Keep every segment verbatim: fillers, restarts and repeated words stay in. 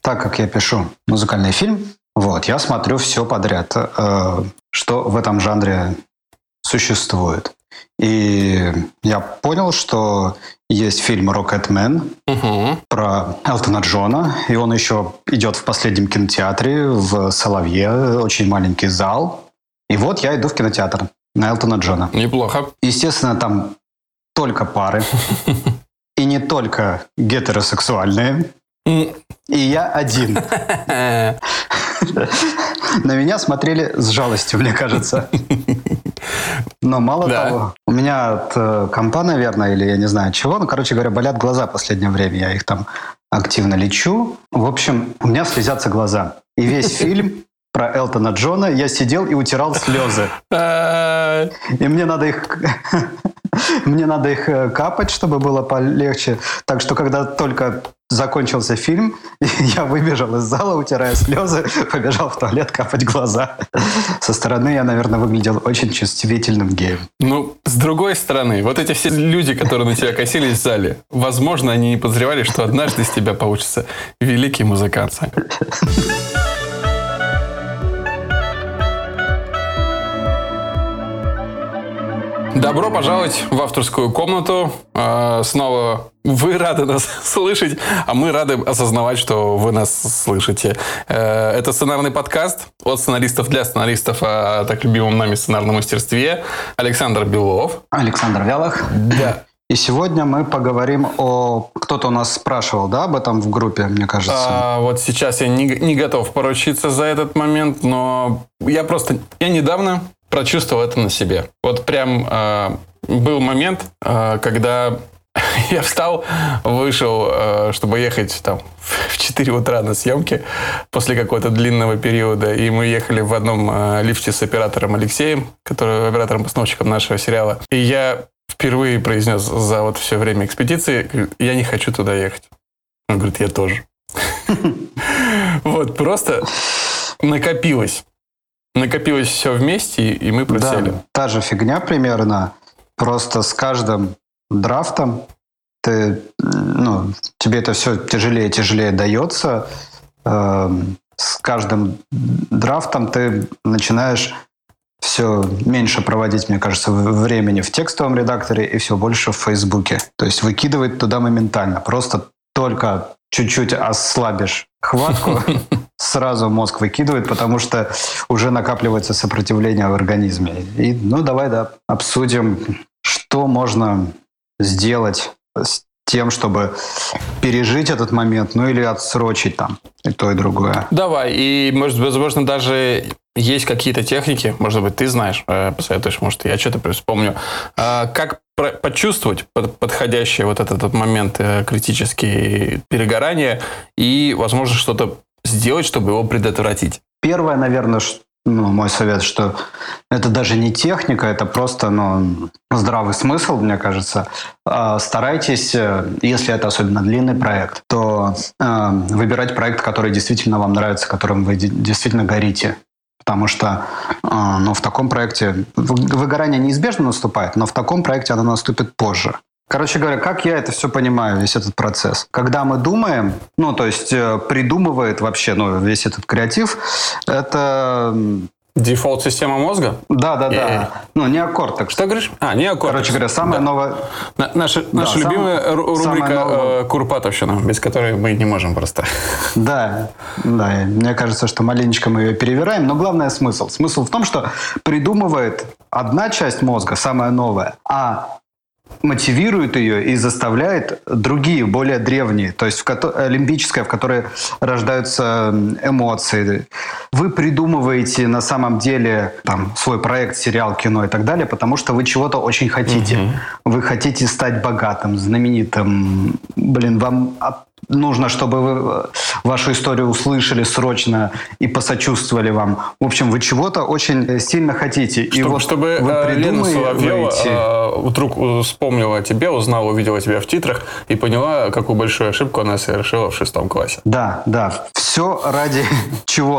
так как я пишу музыкальный фильм, вот, я смотрю все подряд, э, что в этом жанре существует. И я понял, что есть фильм «Рокетмен» угу. про Элтона Джона, и он еще идет в последнем кинотеатре в Соловье, очень маленький зал. И вот я иду в кинотеатр на Элтона Джона. Неплохо. Естественно, там только пары. И не только гетеросексуальные. И я один. На меня смотрели с жалостью, мне кажется. Но мало да. того, у меня от э, компа, наверное, или я не знаю чего, ну, короче говоря, болят глаза в последнее время. Я их там активно лечу. В общем, у меня слезятся глаза. И весь фильм про Элтона Джона я сидел и утирал слезы. И мне надо их... Мне надо их капать, чтобы было полегче. Так что, когда только закончился фильм, я выбежал из зала, утирая слезы, побежал в туалет капать глаза. Со стороны я, наверное, выглядел очень чувствительным геем. Ну, с другой стороны, вот эти все люди, которые на тебя косились в зале, возможно, они не подозревали, что однажды из тебя получится великий музыкант. Добро пожаловать в авторскую комнату. Снова вы рады нас слышать, а мы рады осознавать, что вы нас слышите. Это сценарный подкаст от сценаристов для сценаристов о так любимом нами сценарном мастерстве. Александр Белов. Александр Вялых. Да. И сегодня мы поговорим о... Кто-то у нас спрашивал, да, об этом в группе, мне кажется. А, вот сейчас я не, не готов поручиться за этот момент, но я просто... Я недавно... прочувствовал это на себе. Вот прям э, был момент, э, когда я встал, вышел, э, чтобы ехать там в четыре утра на съемки после какого-то длинного периода, и мы ехали в одном э, лифте с оператором Алексеем, который оператором-постановщиком нашего сериала. И я впервые произнес за вот все время экспедиции: я не хочу туда ехать. Он говорит: я тоже. Вот просто накопилось. Накопилось все вместе, и мы просели. Да, та же фигня примерно. Просто с каждым драфтом ты, ну, тебе это все тяжелее и тяжелее дается. С каждым драфтом ты начинаешь все меньше проводить, мне кажется, времени в текстовом редакторе и все больше в Фейсбуке. То есть выкидывать туда моментально. Просто только чуть-чуть ослабишь хватку, сразу мозг выкидывает, потому что уже накапливается сопротивление в организме. И, ну, давай, да, обсудим, что можно сделать с тем, чтобы пережить этот момент, ну, или отсрочить там и то, и другое. Давай, и, может, возможно, даже есть какие-то техники, может быть, ты знаешь, посоветуешь, может, я что-то вспомню, как почувствовать подходящий вот этот момент критический перегорания и, возможно, что-то сделать, чтобы его предотвратить. Первое, наверное, ну, мой совет, что это даже не техника, это просто, ну, здравый смысл, мне кажется. Старайтесь, если это особенно длинный проект, то э, выбирать проект, который действительно вам нравится, которым вы действительно горите. Потому что э, ну, в таком проекте выгорание неизбежно наступает, но в таком проекте оно наступит позже. Короче говоря, как я это все понимаю, весь этот процесс? Когда мы думаем, ну, то есть придумывает вообще, ну, весь этот креатив, это... Дефолт-система мозга? Да, да, да. Ну, неокортекс. Что говоришь? А, неокортекс. Короче говоря, самая да. новая... На, наша да, наша сам... любимая рубрика новая... Курпатовщина, без которой мы не можем просто. Да, да. Мне кажется, что маленечко мы ее перевираем, но главное смысл. Смысл в том, что придумывает одна часть мозга, самая новая, а мотивирует ее и заставляет другие, более древние, то есть в ко- лимбическая, в которой рождаются эмоции. Вы придумываете на самом деле там, свой проект, сериал, кино и так далее, потому что вы чего-то очень хотите. Угу. Вы хотите стать богатым, знаменитым. Блин, вам нужно, чтобы вы вашу историю услышали срочно и посочувствовали вам. В общем, вы чего-то очень сильно хотите. Чтобы, и вот чтобы вы Лена Соловьева э, вдруг вспомнила о тебе, узнала, увидела тебя в титрах и поняла, какую большую ошибку она совершила в шестом классе. Да, да. Все ради чего-то. То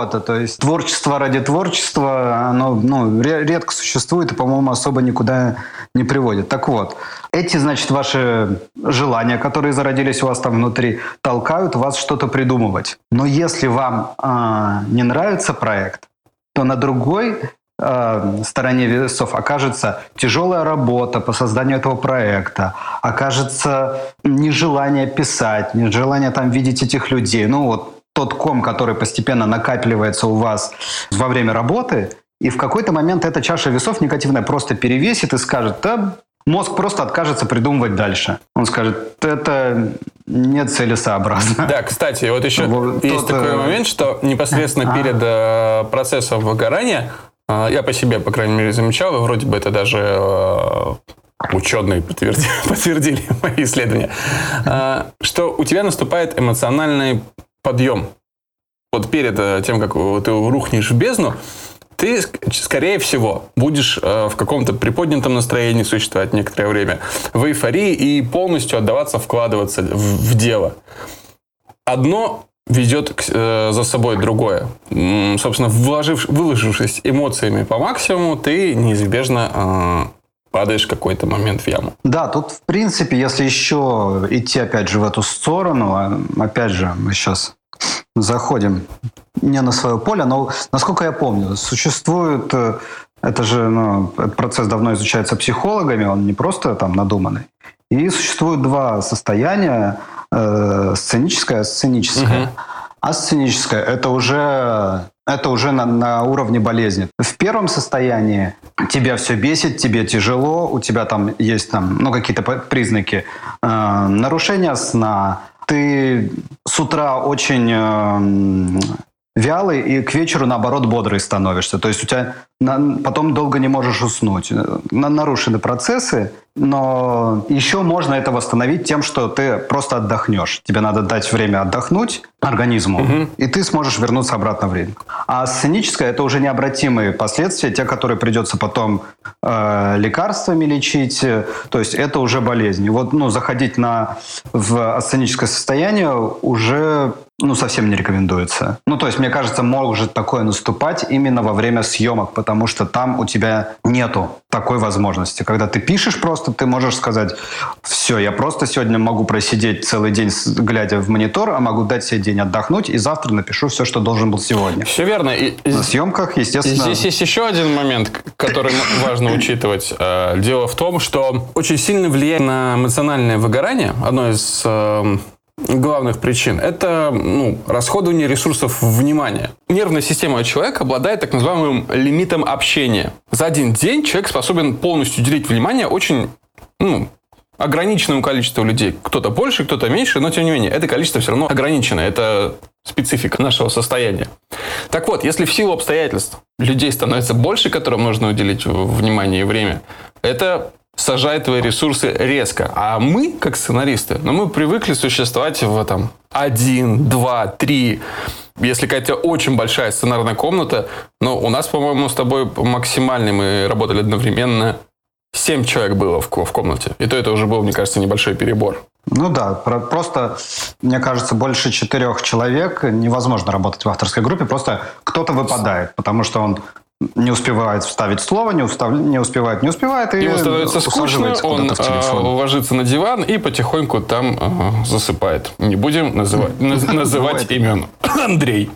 есть творчество ради творчества, оно ну, редко существует и, по-моему, особо никуда не приводит. Так вот, эти, значит, ваши желания, которые зародились у вас там внутри, толкают вас что-то придумывать. Но если вам э, не нравится проект, то на другой э, стороне весов окажется тяжелая работа по созданию этого проекта, окажется нежелание писать, нежелание там видеть этих людей. Ну вот тот ком, который постепенно накапливается у вас во время работы, и в какой-то момент эта чаша весов негативная просто перевесит и скажет: да, мозг просто откажется придумывать дальше. Он скажет: это нецелесообразно. Да, кстати, вот еще вот есть тот, такой момент, что непосредственно а. перед э, процессом выгорания, э, я по себе, по крайней мере, замечал, и вроде бы это даже э, ученые подтвердили, подтвердили мои исследования, э, что у тебя наступает эмоциональный подъем. Вот перед э, тем, как ты рухнешь в бездну, ты, скорее всего, будешь э, в каком-то приподнятом настроении существовать некоторое время, в эйфории и полностью отдаваться, вкладываться в, в дело. Одно ведет к, э, за собой другое. М, собственно, вложив, выложившись эмоциями по максимуму, ты неизбежно э, падаешь в какой-то момент в яму. Да, тут, в принципе, если еще идти, опять же, в эту сторону, опять же, мы сейчас заходим не на свое поле, но, насколько я помню, существует, это же, ну, этот процесс давно изучается психологами, он не просто там надуманный. И существует два состояния, э, сценическое и асценическое. Угу. Асценическое – это уже, это уже на, на уровне болезни. В первом состоянии тебя все бесит, тебе тяжело, у тебя там есть там, ну, какие-то признаки э, нарушения сна, ты с утра очень э, вялый и к вечеру, наоборот, бодрый становишься. То есть у тебя на, потом долго не можешь уснуть. На, нарушены процессы, но еще можно это восстановить тем, что ты просто отдохнешь. Тебе надо дать время отдохнуть организму, угу. и ты сможешь вернуться обратно в ритм. А сценическое – это уже необратимые последствия, те, которые придется потом э, лекарствами лечить. То есть это уже болезнь. И вот, ну, заходить на, в асценическое состояние уже ну, совсем не рекомендуется. Ну, то есть, мне кажется, может такое наступать именно во время съемок, потому что там у тебя нету такой возможности. Когда ты пишешь просто, ты можешь сказать: все, я просто сегодня могу просидеть целый день, глядя в монитор, а могу дать себе день отдохнуть, и завтра напишу все, что должен был сегодня. Все верно. И на съемках, естественно... Здесь есть еще один момент, который важно учитывать. Дело в том, что очень сильно влияет на эмоциональное выгорание. Одно из главных причин – это ну, расходование ресурсов внимания. Нервная система человека обладает так называемым лимитом общения. За один день человек способен полностью уделить внимание очень ну, ограниченному количеству людей. Кто-то больше, кто-то меньше, но тем не менее, это количество все равно ограничено. Это специфика нашего состояния. Так вот, если в силу обстоятельств людей становится больше, которым нужно уделить внимание и время, это сажает твои ресурсы резко. А мы, как сценаристы, ну, мы привыкли существовать в этом один, два, три. Если какая-то очень большая сценарная комната, ну, у нас, по-моему, с тобой максимально мы работали одновременно. Семь человек было в, в комнате. И то это уже был, мне кажется, небольшой перебор. Ну да, просто, мне кажется, больше четырех человек невозможно работать в авторской группе. Просто кто-то выпадает, потому что он не успевает вставить слово, не, устав... не успевает, не успевает. И ему становится скучно, он э, ложится на диван и потихоньку там э, засыпает. Не будем называть, называть имен. Андрей.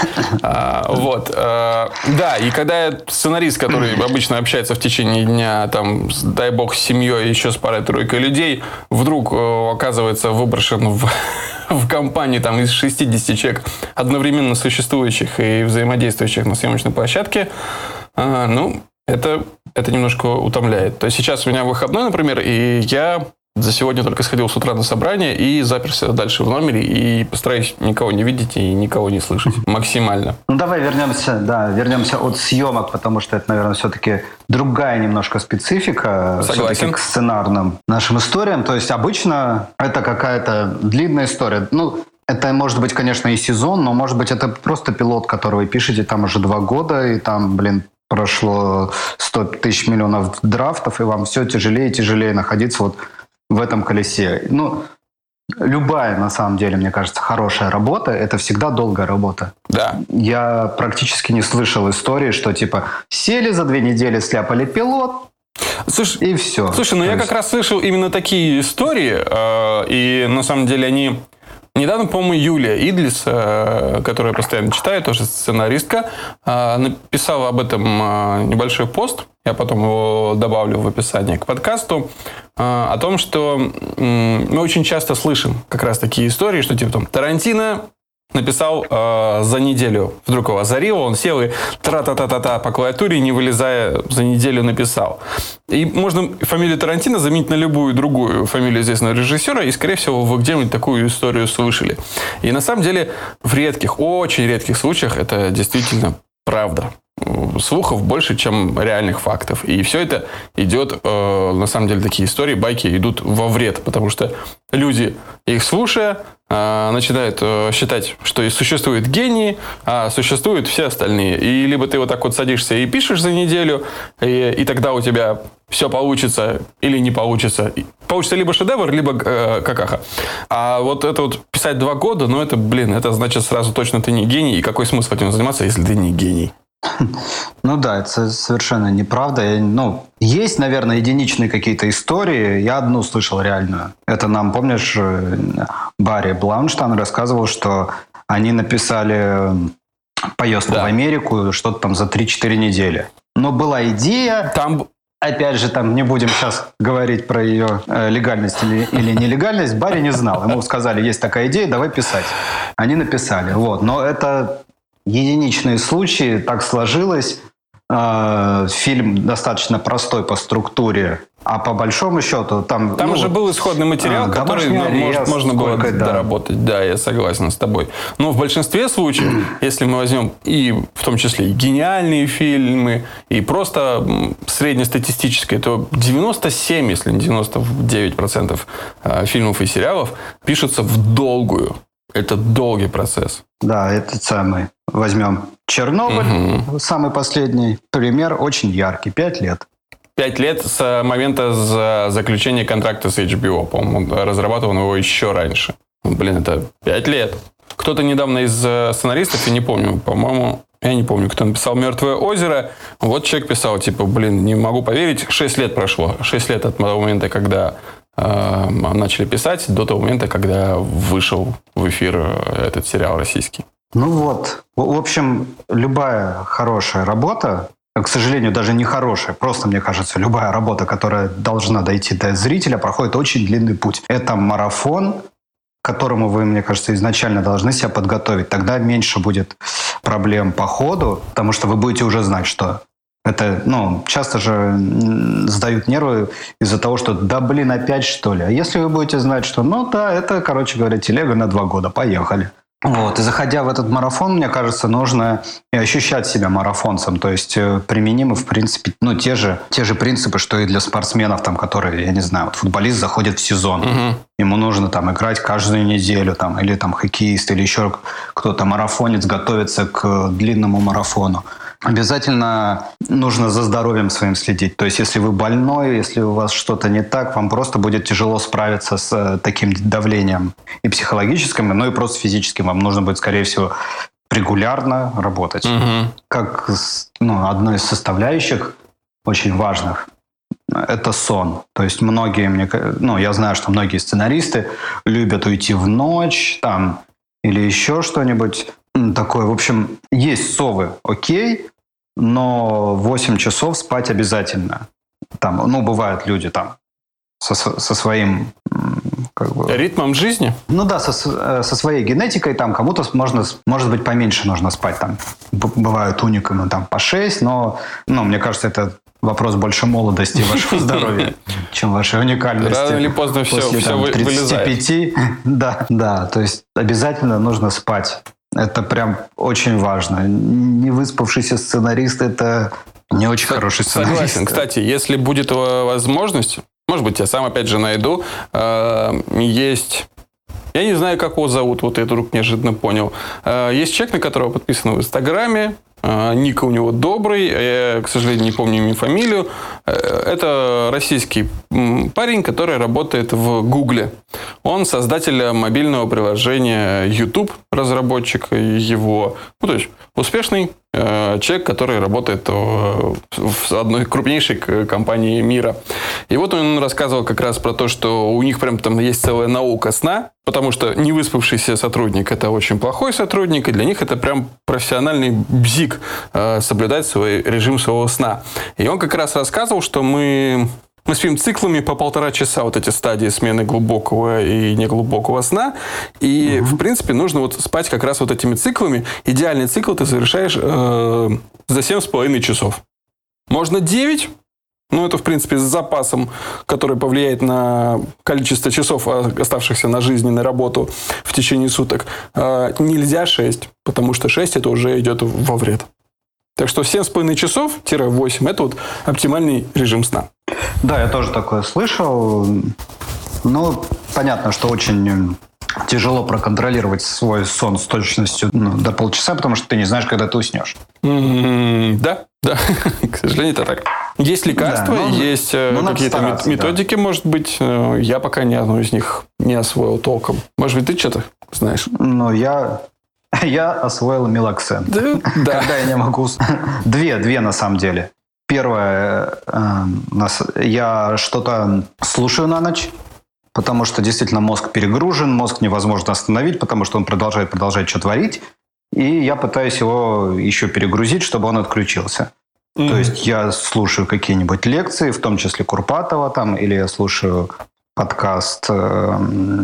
А, вот. А, да, и когда сценарист, который обычно общается в течение дня, там, дай бог, с семьей, еще с парой-тройкой людей, вдруг э, оказывается выброшен в, в компании там, из шестидесяти человек, одновременно существующих и взаимодействующих на съемочной площадке, а, ну, это, это немножко утомляет. То есть сейчас у меня выходной, например, и я за сегодня только сходил с утра на собрание и заперся дальше в номере и постараюсь никого не видеть и никого не слышать максимально. Ну, давай вернемся, да, вернемся от съемок, потому что это, наверное, все-таки другая немножко специфика. Согласен. Все-таки к сценарным нашим историям. То есть обычно это какая-то длинная история. Ну, это может быть, конечно, и сезон, но может быть это просто пилот, который вы пишете там уже два года, и там, блин, прошло сто тысяч миллионов драфтов, и вам все тяжелее и тяжелее находиться вот в этом колесе. Ну, любая, на самом деле, мне кажется, хорошая работа — это всегда долгая работа. Да. Я практически не слышал истории, что типа сели за две недели, сляпали пилот, Слушай, и все. Слушай, ну я как раз слышал именно такие истории, э, и на самом деле они... Недавно, по-моему, Юлия Идлис, э, которую я постоянно читаю, тоже сценаристка, э, написала об этом э, небольшой пост, я потом его добавлю в описание к подкасту, э, о том, что э, мы очень часто слышим как раз такие истории, что типа там Тарантино написал э, за неделю, вдруг его озарило, он сел и тра-та-та-та-та по клавиатуре, не вылезая, за неделю написал. И можно фамилию Тарантино заменить на любую другую фамилию известного режиссера, и, скорее всего, вы где-нибудь такую историю слышали. И на самом деле в редких, очень редких случаях это действительно правда. Слухов больше, чем реальных фактов. И все это идет, э, на самом деле, такие истории, байки идут во вред, потому что люди, их слушая, э, начинают э, считать, что и существуют гении, а существуют все остальные. И либо ты вот так вот садишься и пишешь за неделю, и, и тогда у тебя все получится или не получится. Получится либо шедевр, либо э, какаха. А вот это вот писать два года, ну это, блин, это значит сразу точно ты не гений. И какой смысл этим заниматься, если ты не гений? Ну да, это совершенно неправда. Ну, есть, наверное, единичные какие-то истории. Я одну слышал реальную. Это нам, помнишь, Барри Блаунштейн рассказывал, что они написали поездку да. в Америку что-то там за три-четыре недели. Но была идея... Там... Опять же, там не будем сейчас говорить про ее э, легальность или, или нелегальность. Барри не знал. Ему сказали, есть такая идея, давай писать. Они написали. Вот. Но это... единичные случаи, так сложилось. Фильм достаточно простой по структуре, а по большому счету там... Там ну, уже был исходный материал, который ну, может, можно было да. доработать. Да, я согласен с тобой. Но в большинстве случаев, если мы возьмем и в том числе и гениальные фильмы, и просто среднестатистические, то девяносто семь, если не девяносто девять процентов фильмов и сериалов пишутся в долгую. Это долгий процесс. Да, этот самый. Возьмем Чернобыль, угу. самый последний пример, очень яркий, пять лет. Пять лет с момента заключения контракта с эйч би о, по-моему, разрабатывал его еще раньше. Блин, это пять лет. Кто-то недавно из сценаристов, я не помню, по-моему, я не помню, кто написал «Мертвое озеро». Вот человек писал, типа, блин, не могу поверить, шесть лет прошло. шесть лет от того момента, когда... начали писать до того момента, когда вышел в эфир этот сериал российский. Ну вот. В общем, любая хорошая работа, к сожалению, даже не хорошая, просто, мне кажется, любая работа, которая должна дойти до зрителя, проходит очень длинный путь. Это марафон, к которому вы, мне кажется, изначально должны себя подготовить. Тогда меньше будет проблем по ходу, потому что вы будете уже знать, что... Это, ну, часто же сдают нервы из-за того, что да, блин, опять что ли. А если вы будете знать, что, ну да, это, короче говоря, телега на два года, поехали. Вот. И заходя в этот марафон, мне кажется, нужно и ощущать себя марафонцем. То есть применимы, в принципе, ну, те же, те же принципы, что и для спортсменов, там, которые, я не знаю, вот футболист заходит в сезон. Угу. Ему нужно там играть каждую неделю, там, или там хоккеист, или еще кто-то, марафонец, готовится к длинному марафону. Обязательно нужно за здоровьем своим следить. То есть, если вы больной, если у вас что-то не так, вам просто будет тяжело справиться с таким давлением и психологическим, но и просто физическим. Вам нужно будет, скорее всего, регулярно работать. Угу. Как ну, одной из составляющих очень важных это сон. То есть, многие, мне, ну, я знаю, что многие сценаристы любят уйти в ночь, там, или еще что-нибудь такое. В общем, есть совы, окей, но восемь часов спать обязательно. Там, ну, бывают люди там со, со своим... Как бы, ритмом жизни? Ну да, со, со своей генетикой. Там кому-то можно, может быть, поменьше нужно спать. Там бывают уникумы там, по шесть, но ну, мне кажется, это вопрос больше молодости и вашего здоровья, чем вашей уникальности. Рано или поздно все, все вылезает. Да, да, то есть обязательно нужно спать. Это прям очень важно. Не выспавшийся сценарист – это не очень С- хороший сценарист. Согласен. Кстати, если будет возможность, может быть, я сам опять же найду, есть... Я не знаю, как его зовут, вот я вдруг неожиданно понял. Есть человек, на которого подписан в Инстаграме, ник у него добрый, я, к сожалению, не помню имя, фамилию. Это российский парень, который работает в Гугле. Он создатель мобильного приложения YouTube, разработчик его. Ну, то есть успешный э, человек, который работает в, в одной крупнейшей компании мира. И вот он рассказывал как раз про то, что у них прям там есть целая наука сна, потому что невыспавшийся сотрудник – это очень плохой сотрудник, и для них это прям профессиональный бзик э, соблюдать свой режим своего сна. И он как раз рассказывал, что мы... Мы спим циклами по полтора часа, вот эти стадии смены глубокого и неглубокого сна. И, угу. в принципе, нужно вот спать как раз вот этими циклами. Идеальный цикл ты совершаешь э, за семь с половиной часов. Можно девять, но это, в принципе, с запасом, который повлияет на количество часов, оставшихся на жизнь и на работу в течение суток. Э, нельзя шесть, потому что шесть это уже идет во вред. Так что семь с половиной часов-восемь – это вот оптимальный режим сна. Да, я тоже такое слышал. Ну, понятно, что очень тяжело проконтролировать свой сон с точностью ну, до полчаса, потому что ты не знаешь, когда ты уснешь. Mm-hmm, да, да. К сожалению, это так. Есть лекарства, да, но, есть но какие-то методики, да. Может быть. Я пока ни одну из них не освоил толком. Может быть, ты что-то знаешь? Ну, я... Я освоил мелоксен. Да, да. Когда я не могу... Две, две на самом деле. Первое, я что-то слушаю на ночь, потому что действительно мозг перегружен, мозг невозможно остановить, потому что он продолжает, продолжает что творить. И я пытаюсь его еще перегрузить, чтобы он отключился. Mm-hmm. То есть я слушаю какие-нибудь лекции, в том числе Курпатова, там, или я слушаю подкаст э,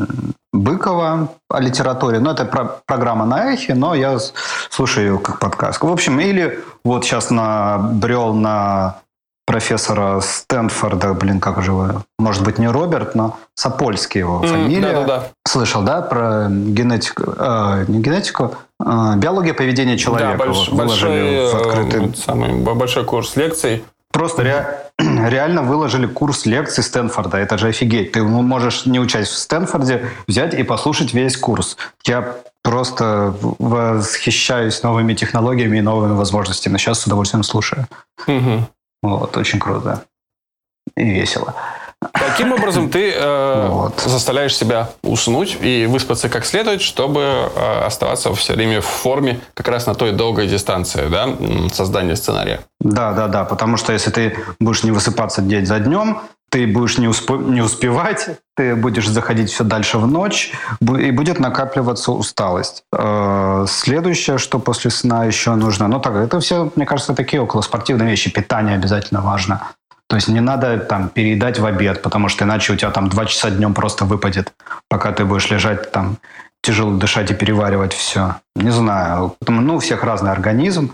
Быкова о литературе. Ну, это про- программа на Эхе, но я слушаю ее как подкаст. В общем, или вот сейчас набрел на профессора Стэнфорда, блин, как же его, может быть, не Роберт, но Сапольский его mm, фамилия. Да-да-да. Слышал, да, про генетику, э, не генетику, э, биология поведения человека. Да, больш, большой, в открытый... самый большой курс лекций. Просто ре, реально выложили курс лекций Стэнфорда. Это же офигеть. Ты можешь, не учась в Стэнфорде, взять и послушать весь курс. Я просто восхищаюсь новыми технологиями и новыми возможностями. Сейчас с удовольствием слушаю. Угу. Вот, очень круто. И весело. Каким образом ты э, вот. заставляешь себя уснуть и выспаться как следует, чтобы э, оставаться все время в форме как раз на той долгой дистанции, да, создания сценария? Да, да, да, потому что если ты будешь не высыпаться день за днем, ты будешь не, усп- не успевать, ты будешь заходить все дальше в ночь, и будет накапливаться усталость. Э, следующее, что после сна еще нужно, ну так, это все, мне кажется, такие околоспортивные вещи, питание обязательно важно. То есть не надо там переедать в обед, потому что иначе у тебя там два часа днем просто выпадет, пока ты будешь лежать там, тяжело дышать и переваривать все. Не знаю. Ну, у всех разный организм,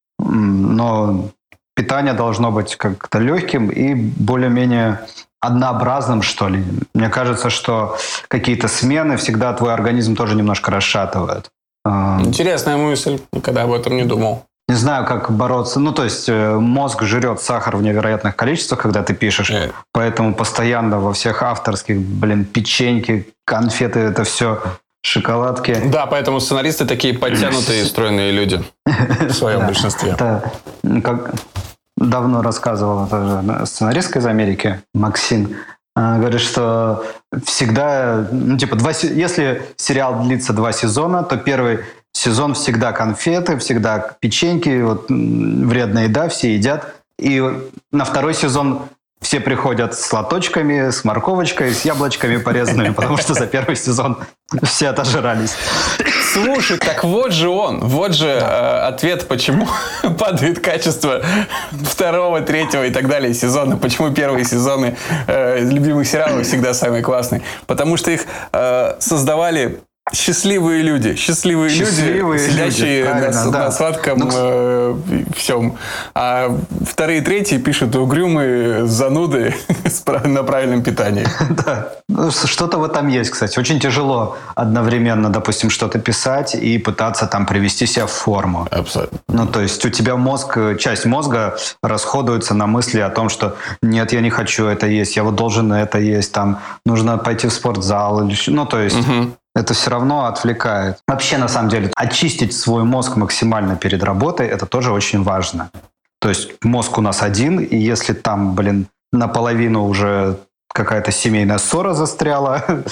но питание должно быть как-то легким и более-менее однообразным, что ли. Мне кажется, что какие-то смены всегда твой организм тоже немножко расшатывают. Интересная мысль. Никогда об этом не думал. Не знаю, как бороться. Ну, то есть мозг жрет сахар в невероятных количествах, когда ты пишешь. Yeah. Поэтому постоянно во всех авторских, блин, печеньки, конфеты, это все шоколадки. Да, поэтому сценаристы такие подтянутые и стройные люди в своем большинстве. Это, как давно рассказывала тоже сценаристка из Америки, Максин, говорит, что всегда, ну, типа, два, если сериал длится два сезона, то первый сезон всегда конфеты, всегда печеньки, вот, вредная еда, все едят. И на второй сезон все приходят с лоточками, с морковочкой, с яблочками порезанными, потому что за первый сезон все отожрались. Слушай, так вот же он, вот же э, ответ, почему падает качество второго, третьего и так далее сезона, почему первые сезоны э, любимых сериалов всегда самые классные. Потому что их э, создавали счастливые люди, счастливые, счастливые люди, сидящие люди, на, да. на сладком ну, э, всем. А вторые и третьи пишут угрюмые зануды на правильном питании. Да, ну, что-то в этом есть, кстати. Очень тяжело одновременно, допустим, что-то писать и пытаться там привести себя в форму. Абсолютно. Ну, то есть у тебя мозг, часть мозга расходуется на мысли о том, что нет, я не хочу это есть, я вот должен это есть, там нужно пойти в спортзал. Или... Ну, то есть... Угу. Это все равно отвлекает. Вообще, на самом деле, очистить свой мозг максимально перед работой, это тоже очень важно. То есть мозг у нас один, и если там, блин, наполовину уже какая-то семейная ссора застряла,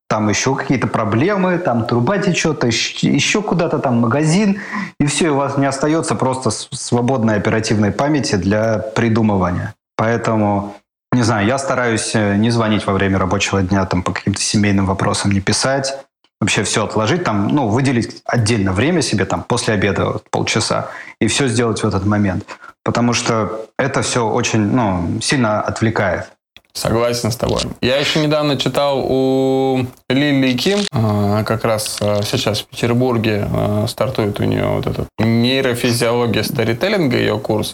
там еще какие-то проблемы, там труба течет, еще, еще куда-то там магазин, и все, и у вас не остается просто свободной оперативной памяти для придумывания. Поэтому, не знаю, я стараюсь не звонить во время рабочего дня, там по каким-то семейным вопросам не писать, вообще все отложить, там, ну, выделить отдельно время себе, там, после обеда вот, полчаса, и все сделать в этот момент. Потому что это все очень, ну, сильно отвлекает. Согласен с тобой. Я еще недавно читал у Лили Ким, как раз сейчас в Петербурге стартует у нее вот этот нейрофизиология сторителлинга, ее курс.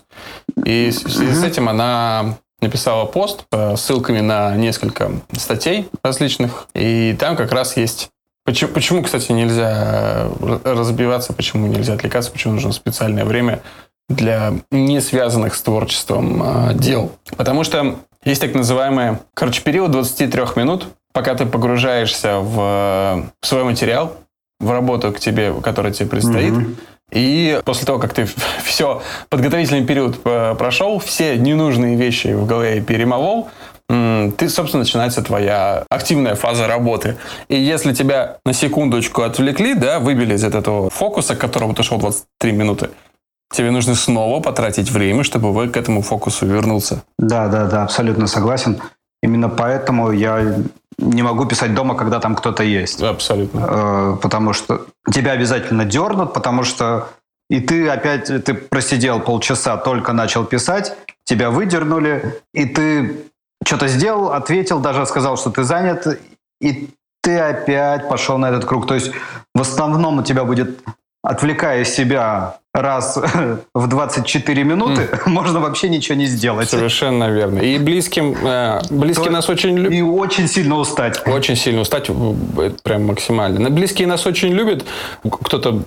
И в связи с этим она написала пост с ссылками на несколько статей различных. И там как раз есть... Почему, почему, кстати, нельзя разбиваться, почему нельзя отвлекаться, почему нужно специальное время для не связанных с творчеством э, дел. Потому что есть так называемый, короче, период двадцать три минут, пока ты погружаешься в, в свой материал, в работу к тебе, которая тебе предстоит. Mm-hmm. И после того, как ты все, подготовительный период прошел, все ненужные вещи в голове перемолол, ты, собственно, начинается твоя активная фаза работы. И если тебя на секундочку отвлекли, да, выбили из этого фокуса, к которому ты шел двадцать три минуты, тебе нужно снова потратить время, чтобы вы к этому фокусу вернуться. Да, да, да, абсолютно согласен. Именно поэтому я не могу писать дома, когда там кто-то есть. Абсолютно. Потому что тебя обязательно дернут, потому что и ты опять, ты просидел полчаса, только начал писать, тебя выдернули, и ты что-то сделал, ответил, даже сказал, что ты занят, и ты опять пошел на этот круг. То есть в основном у тебя будет, отвлекая себя раз в двадцать четыре минуты, mm. можно вообще ничего не сделать. Совершенно верно. И близким, э, близкие То нас очень любят. И очень сильно устать. Очень сильно устать, это прям максимально. Близкие нас очень любят. Кто-то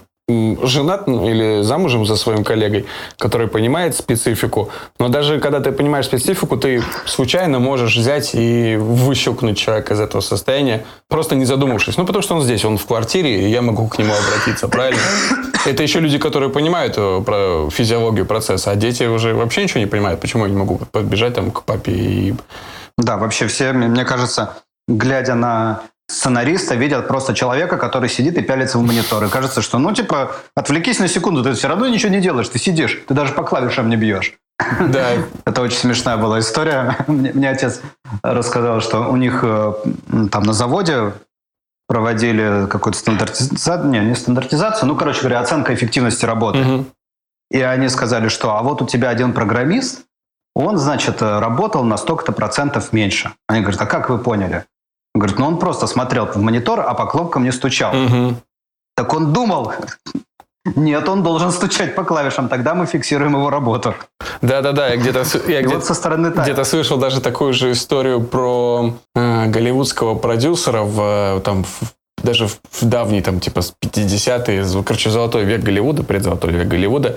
женат или замужем за своим коллегой, который понимает специфику. Но даже когда ты понимаешь специфику, ты случайно можешь взять и выщелкнуть человека из этого состояния, просто не задумавшись. Ну, потому что он здесь, он в квартире, и я могу к нему обратиться, правильно? Это еще люди, которые понимают про физиологию процесса, а дети уже вообще ничего не понимают. Почему я не могу подбежать там к папе и... Да, вообще все, мне кажется, глядя на сценариста, видят просто человека, который сидит и пялится в монитор. И кажется, что, ну, типа, отвлекись на секунду, ты все равно ничего не делаешь, ты сидишь, ты даже по клавишам не бьешь. Да. Это очень смешная была история. Мне, мне отец рассказал, что у них там на заводе проводили какую-то стандартизацию, не, не стандартизацию, ну, короче говоря, оценка эффективности работы. Угу. И они сказали, что а вот у тебя один программист, он, значит, работал на столько-то процентов меньше. Они говорят, а как вы поняли? Он говорит, ну он просто смотрел в монитор, а по кнопкам не стучал. Угу. Так он думал, нет, он должен стучать по клавишам, тогда мы фиксируем его работу. Да-да-да, я где-то, я где-то, вот со стороны где-то слышал даже такую же историю про э, голливудского продюсера, в, там, в, даже в, в давние, там, типа, пятидесятые, короче, золотой век Голливуда, предзолотой век Голливуда,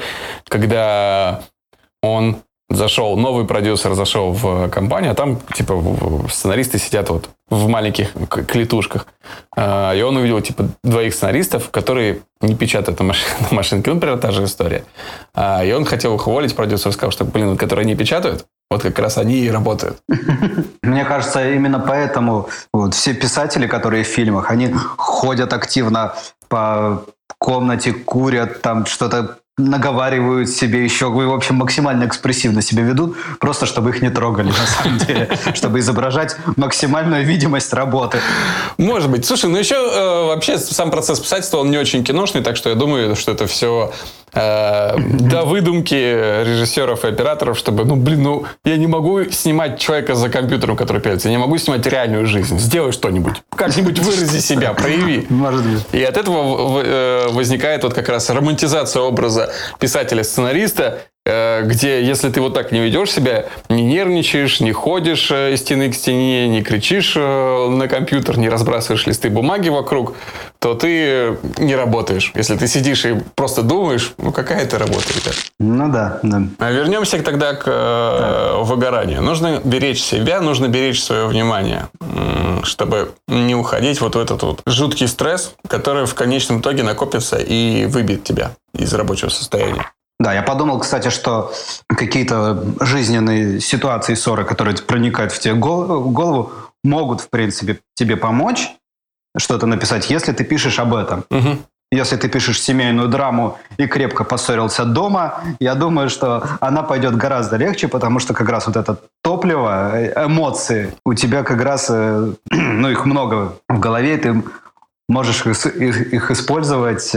когда он зашел, новый продюсер зашел в компанию, а там, типа, сценаристы сидят вот в маленьких клетушках. И он увидел, типа, двоих сценаристов, которые не печатают на, маш... на машинке. Ну, например, та же история. И он хотел их уволить, продюсер сказал, что, блин, которые не печатают, вот как раз они и работают. Мне кажется, именно поэтому вот, все писатели, которые в фильмах, они ходят активно по комнате, курят, там что-то наговаривают себе еще, в общем, максимально экспрессивно себя ведут, просто чтобы их не трогали, на самом деле, чтобы изображать максимальную видимость работы. Может быть. Слушай, ну еще э, вообще сам процесс писательства, он не очень киношный, так что я думаю, что это все э, до выдумки режиссеров и операторов, чтобы, ну, блин, ну, я не могу снимать человека за компьютером, который пялится, я не могу снимать реальную жизнь. Сделай что-нибудь, как-нибудь вырази себя, прояви. Может быть. И от этого возникает вот как раз романтизация образа писателя-сценариста, где, если ты вот так не ведешь себя, не нервничаешь, не ходишь из стены к стене, не кричишь на компьютер, не разбрасываешь листы бумаги вокруг, то ты не работаешь. Если ты сидишь и просто думаешь, ну какая это работа, ребят? Ну да, да. А вернемся тогда к да. выгоранию. Нужно беречь себя, нужно беречь свое внимание, чтобы не уходить вот в этот вот жуткий стресс, который в конечном итоге накопится и выбьет тебя из рабочего состояния. Да, я подумал, кстати, что какие-то жизненные ситуации, ссоры, которые проникают в тебе голову, могут, в принципе, тебе помочь, что-то написать, если ты пишешь об этом. Угу. Если ты пишешь семейную драму и крепко поссорился дома, я думаю, что она пойдет гораздо легче, потому что как раз вот это топливо, эмоции, у тебя как раз, ну, их много в голове, ты можешь их, их использовать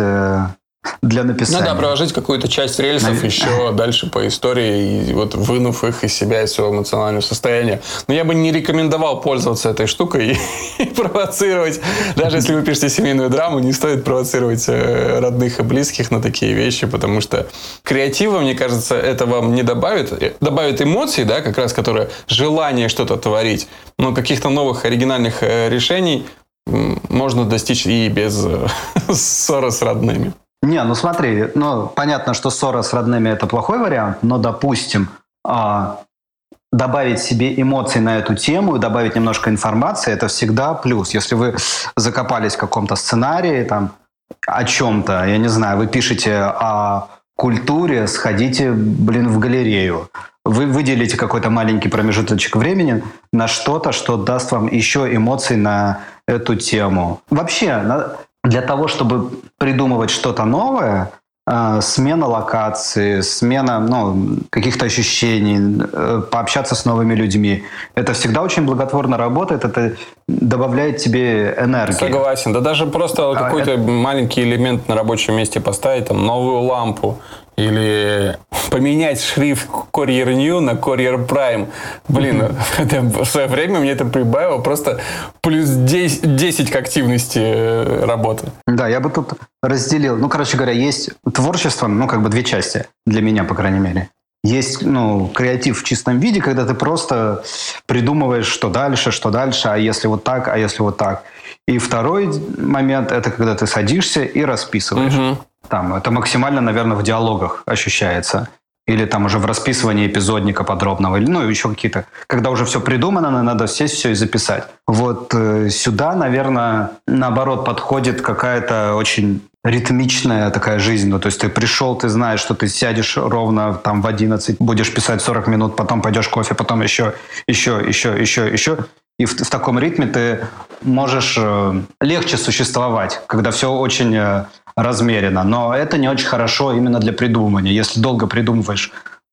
для написания. Ну да, проложить какую-то часть рельсов Навер... еще дальше по истории, и вот вынув их из себя, из своего эмоционального состояния. Но я бы не рекомендовал пользоваться этой штукой и провоцировать. Даже если вы пишете семейную драму, не стоит провоцировать родных и близких на такие вещи, потому что креатива, мне кажется, это вам не добавит. Добавит эмоций, да, как раз, которые желание что-то творить, но каких-то новых оригинальных решений можно достичь и без ссоры с родными. Не, ну смотри, ну понятно, что ссора с родными – это плохой вариант, но, допустим, а, добавить себе эмоций на эту тему, добавить немножко информации – это всегда плюс. Если вы закопались в каком-то сценарии, там, о чем-то, я не знаю, вы пишете о культуре, сходите, блин, в галерею. Вы выделите какой-то маленький промежуточек времени на что-то, что даст вам еще эмоций на эту тему. Вообще, для того, чтобы придумывать что-то новое, э, смена локации, смена ну, каких-то ощущений, э, пообщаться с новыми людьми, это всегда очень благотворно работает, это добавляет тебе энергии. Согласен. Да даже просто а, какой-то это... маленький элемент на рабочем месте поставить, там, новую лампу, или поменять шрифт Courier New на Courier Prime. Блин, mm-hmm. это, в свое время мне это прибавило просто плюс десять, десять к активности работы. Да, я бы тут разделил. Ну, короче говоря, есть творчество, ну, как бы две части, для меня, по крайней мере. Есть, ну, креатив в чистом виде, когда ты просто придумываешь, что дальше, что дальше, а если вот так, а если вот так. И второй момент – это когда ты садишься и расписываешь. Mm-hmm. Там, это максимально, наверное, в диалогах ощущается. Или там уже в расписывании эпизодника подробного. Или, ну, еще какие-то. Когда уже все придумано, надо сесть все и записать. Вот э, сюда, наверное, наоборот, подходит какая-то очень ритмичная такая жизнь. Ну, то есть ты пришел, ты знаешь, что ты сядешь ровно там в одиннадцать, будешь писать сорок минут, потом пойдешь кофе, потом еще, еще, еще, еще, еще. И в, в таком ритме ты можешь э, легче существовать, когда все очень э, размеренно. Но это не очень хорошо именно для придумывания. Если долго придумываешь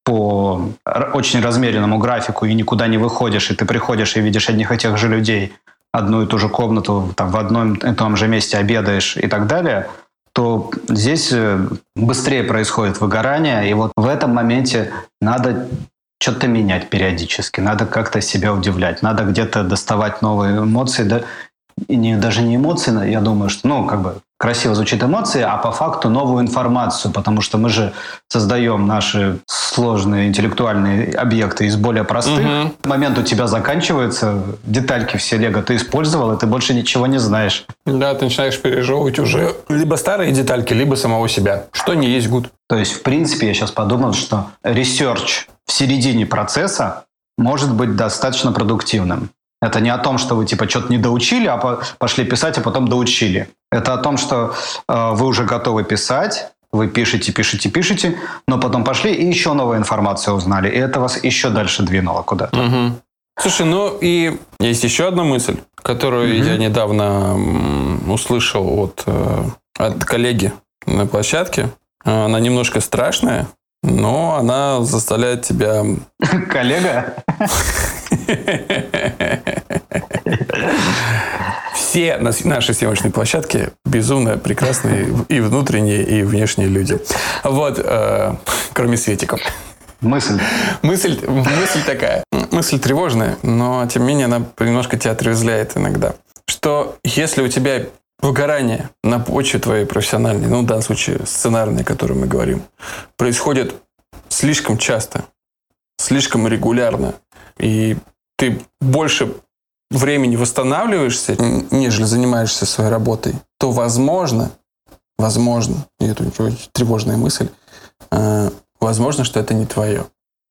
по очень размеренному графику и никуда не выходишь, и ты приходишь и видишь одних и тех же людей, одну и ту же комнату, там, в одном и том же месте обедаешь и так далее, то здесь быстрее происходит выгорание. И вот в этом моменте надо что-то менять периодически, надо как-то себя удивлять, надо где-то доставать новые эмоции, да, и не, даже не эмоции, я думаю, что, ну, как бы красиво звучит эмоции, а по факту новую информацию, потому что мы же создаем наши сложные интеллектуальные объекты из более простых. Угу. Момент у тебя заканчивается, детальки все лего ты использовал, и ты больше ничего не знаешь. Да, ты начинаешь пережевывать уже либо старые детальки, либо самого себя, что не есть гуд. То есть, в принципе, я сейчас подумал, что ресерч в середине процесса может быть достаточно продуктивным. Это не о том, что вы типа что-то не доучили, а пошли писать, а потом доучили. Это о том, что э, вы уже готовы писать, вы пишете, пишете, пишете, но потом пошли и еще новую информацию узнали, и это вас еще дальше двинуло куда-то. Угу. Слушай, ну и есть еще одна мысль, которую угу. я недавно м, услышал от, э, от коллеги на площадке. Она немножко страшная, но она заставляет тебя... Коллега? Все на нашей съемочной площадке безумно прекрасные и внутренние, и внешние люди. Вот, э, кроме Светика. Мысль. Мысль. Мысль такая. Мысль тревожная, но, тем не менее, она немножко тебя отрезвляет иногда. Что если у тебя выгорание на почве твоей профессиональной, ну, в данном случае сценарной, о которой мы говорим, происходит слишком часто, слишком регулярно, и ты больше времени восстанавливаешься, нежели занимаешься своей работой, то возможно, возможно, и это тревожная мысль, э, возможно, что это не твое.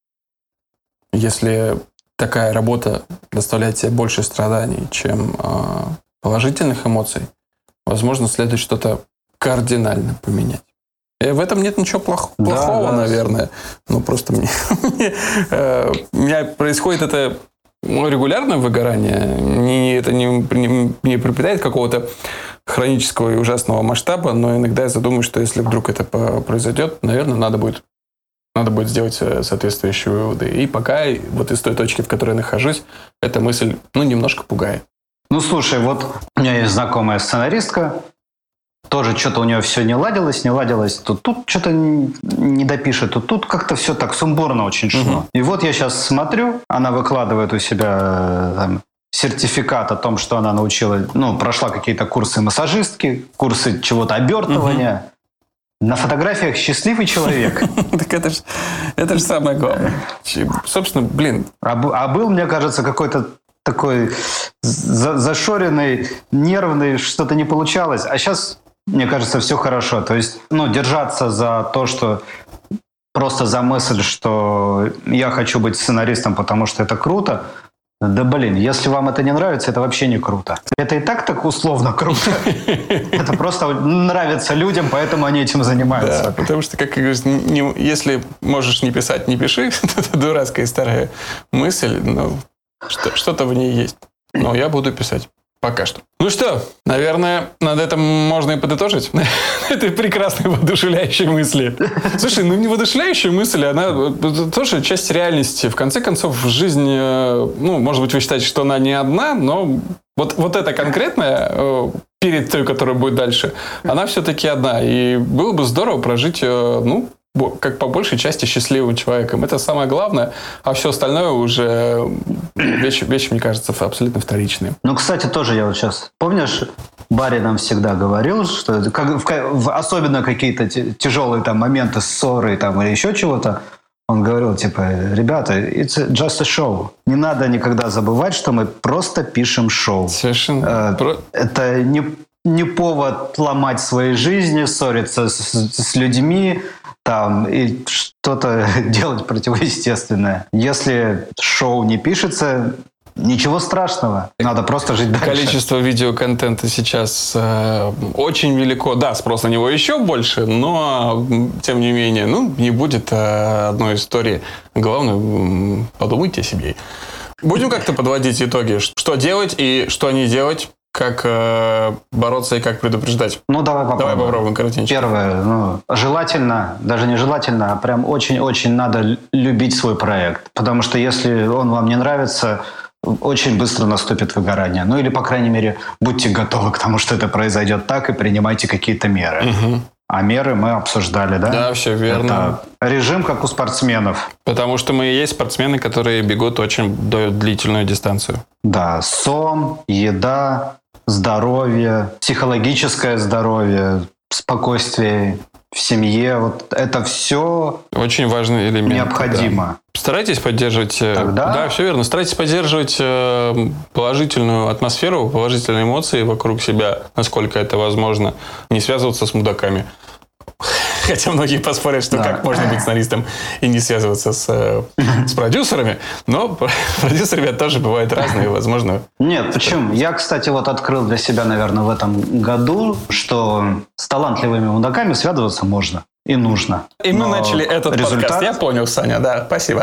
Если такая работа доставляет тебе больше страданий, чем э, положительных эмоций, возможно, следует что-то кардинально поменять. И в этом нет ничего плох- да, плохого, да. наверное. Ну, просто мне, мне, э, у меня происходит это регулярное выгорание, не, это не, не, не приобретает какого-то хронического и ужасного масштаба, но иногда я задумываюсь, что если вдруг это произойдет, наверное, надо будет, надо будет сделать соответствующие выводы. И пока вот из той точки, в которой я нахожусь, эта мысль, ну, немножко пугает. Ну, слушай, вот у меня есть знакомая сценаристка, тоже что-то у нее все не ладилось, не ладилось. Тут, тут что-то не допишет, тут, тут как-то все так сумбурно очень шло. Угу. И вот я сейчас смотрю, она выкладывает у себя там, сертификат о том, что она научила, ну, прошла какие-то курсы массажистки, курсы чего-то обертывания. Угу. На фотографиях счастливый человек. Так это же это же самое главное. Собственно, блин. А был, мне кажется, какой-то такой зашоренный, нервный, что-то не получалось. А сейчас, мне кажется, все хорошо. То есть, ну, держаться за то, что просто за мысль, что я хочу быть сценаристом, потому что это круто. Да блин, если вам это не нравится, это вообще не круто. Это и так так условно круто. Это просто нравится людям, поэтому они этим занимаются. Да, потому что, как говоришь, если можешь не писать, не пиши. Это дурацкая старая мысль, но что-то в ней есть. Но я буду писать. Пока что. Ну что, наверное, над этим можно и подытожить. Это прекрасные воодушевляющие мысли. Слушай, ну не воодушевляющая мысль, она тоже часть реальности. В конце концов, жизнь, ну, может быть, вы считаете, что она не одна, но вот, вот эта конкретная, перед той, которая будет дальше, она все-таки одна. И было бы здорово прожить, ну, как по большей части счастливым человеком. Это самое главное, а все остальное уже вещи, вещи, мне кажется, абсолютно вторичные. Ну, кстати, тоже я вот сейчас... Помнишь, Барри нам всегда говорил, что как, в, в, особенно какие-то тяжелые там моменты ссоры там, или еще чего-то, он говорил, типа, ребята, it's just a show. Не надо никогда забывать, что мы просто пишем шоу. Совершенно. Э, это не, не повод ломать свои жизни, ссориться с, с людьми, там, и что-то делать противоестественное. Если шоу не пишется, ничего страшного. Надо просто жить дальше. Количество видеоконтента сейчас э, очень велико. Да, спрос на него еще больше, но, тем не менее, ну, не будет э, одной истории. Главное, подумайте о себе. Будем как-то подводить итоги. Что делать и что не делать? Как э, бороться и как предупреждать? Ну, давай попробуем. Давай попробуем коротенько. Первое, ну, желательно, даже не желательно, а прям очень-очень надо любить свой проект. Потому что если он вам не нравится, очень быстро наступит выгорание. Ну, или, по крайней мере, будьте готовы к тому, что это произойдет так, и принимайте какие-то меры. Угу. А меры мы обсуждали, да? Да, все верно. Это режим, как у спортсменов. Потому что мы и есть спортсмены, которые бегут очень длительную дистанцию. Да, сон, еда, здоровье, психологическое здоровье, спокойствие в семье. Вот это все очень важный элемент. Необходимо. Да. Старайтесь поддерживать... Тогда... Да, все верно. Старайтесь поддерживать положительную атмосферу, положительные эмоции вокруг себя, насколько это возможно. Не связываться с мудаками. Хотя многие поспорят, что да. Как можно быть сценаристом и не связываться с, с продюсерами. Но продюсеры ведь тоже бывают разные, возможно. Нет, почему? Я, кстати, вот открыл для себя, наверное, в этом году, что с талантливыми мудаками связываться можно. И нужно. И мы Но начали этот результат... подкаст. Я понял, Саня, да, спасибо.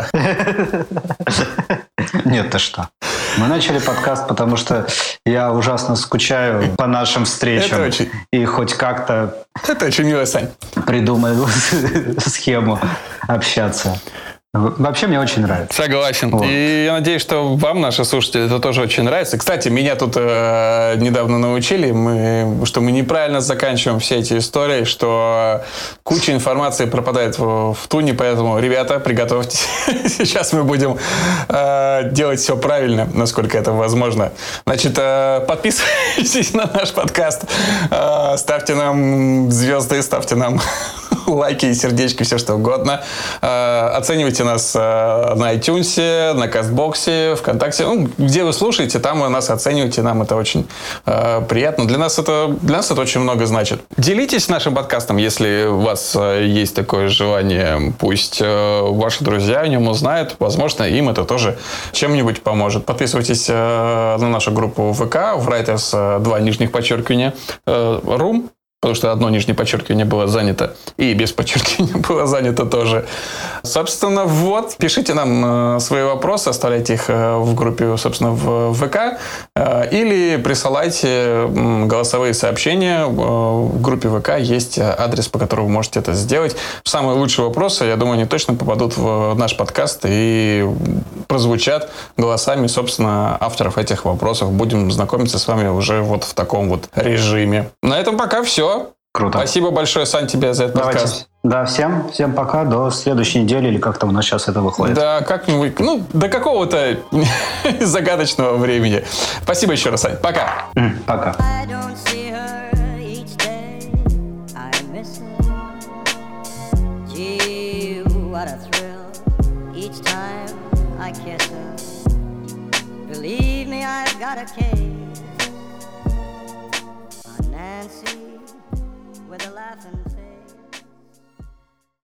Нет, ты что? Мы начали подкаст, потому что я ужасно скучаю по нашим встречам. Очень... И хоть как-то... Это очень мило, Сань. Придумаю схему общаться. Вообще мне очень нравится. Согласен. Вот. И я надеюсь, что вам, наши слушатели, это тоже очень нравится. Кстати, меня тут э, недавно научили, мы, что мы неправильно заканчиваем все эти истории, что куча информации пропадает в, в туне, поэтому, ребята, приготовьтесь. Сейчас мы будем э, делать все правильно, насколько это возможно. Значит, э, подписывайтесь на наш подкаст, э, ставьте нам звезды, ставьте нам лайки и сердечки, все что угодно. Э, оценивайте нас э, на iTunes, на Кастбоксе, ВКонтакте. Ну, где вы слушаете, там вы нас оцениваете. Нам это очень э, приятно. Для нас это, для нас это очень много значит. Делитесь нашим подкастом, если у вас э, есть такое желание. Пусть э, ваши друзья о нем узнают. Возможно, им это тоже чем-нибудь поможет. Подписывайтесь э, на нашу группу ВК, в Writers два нижних подчеркивания, э, Room. потому что одно нижнее подчеркивание было занято, и без подчеркивания было занято тоже. Собственно, вот, пишите нам свои вопросы, оставляйте их в группе, собственно, в ВК, или присылайте голосовые сообщения. В группе ВК есть адрес, по которому вы можете это сделать. Самые лучшие вопросы, я думаю, они точно попадут в наш подкаст и прозвучат голосами, собственно, авторов этих вопросов. Будем знакомиться с вами уже вот в таком вот режиме. На этом пока все. Круто. Спасибо большое, Сань, тебе за этот Давайте. подкаст. Да, всем, всем пока, до следующей недели, или как там у нас сейчас это выходит. Да, как-нибудь, ну, до какого-то загадочного времени. Спасибо еще раз, Сань. Пока. Mm, пока. Nancy with a laughing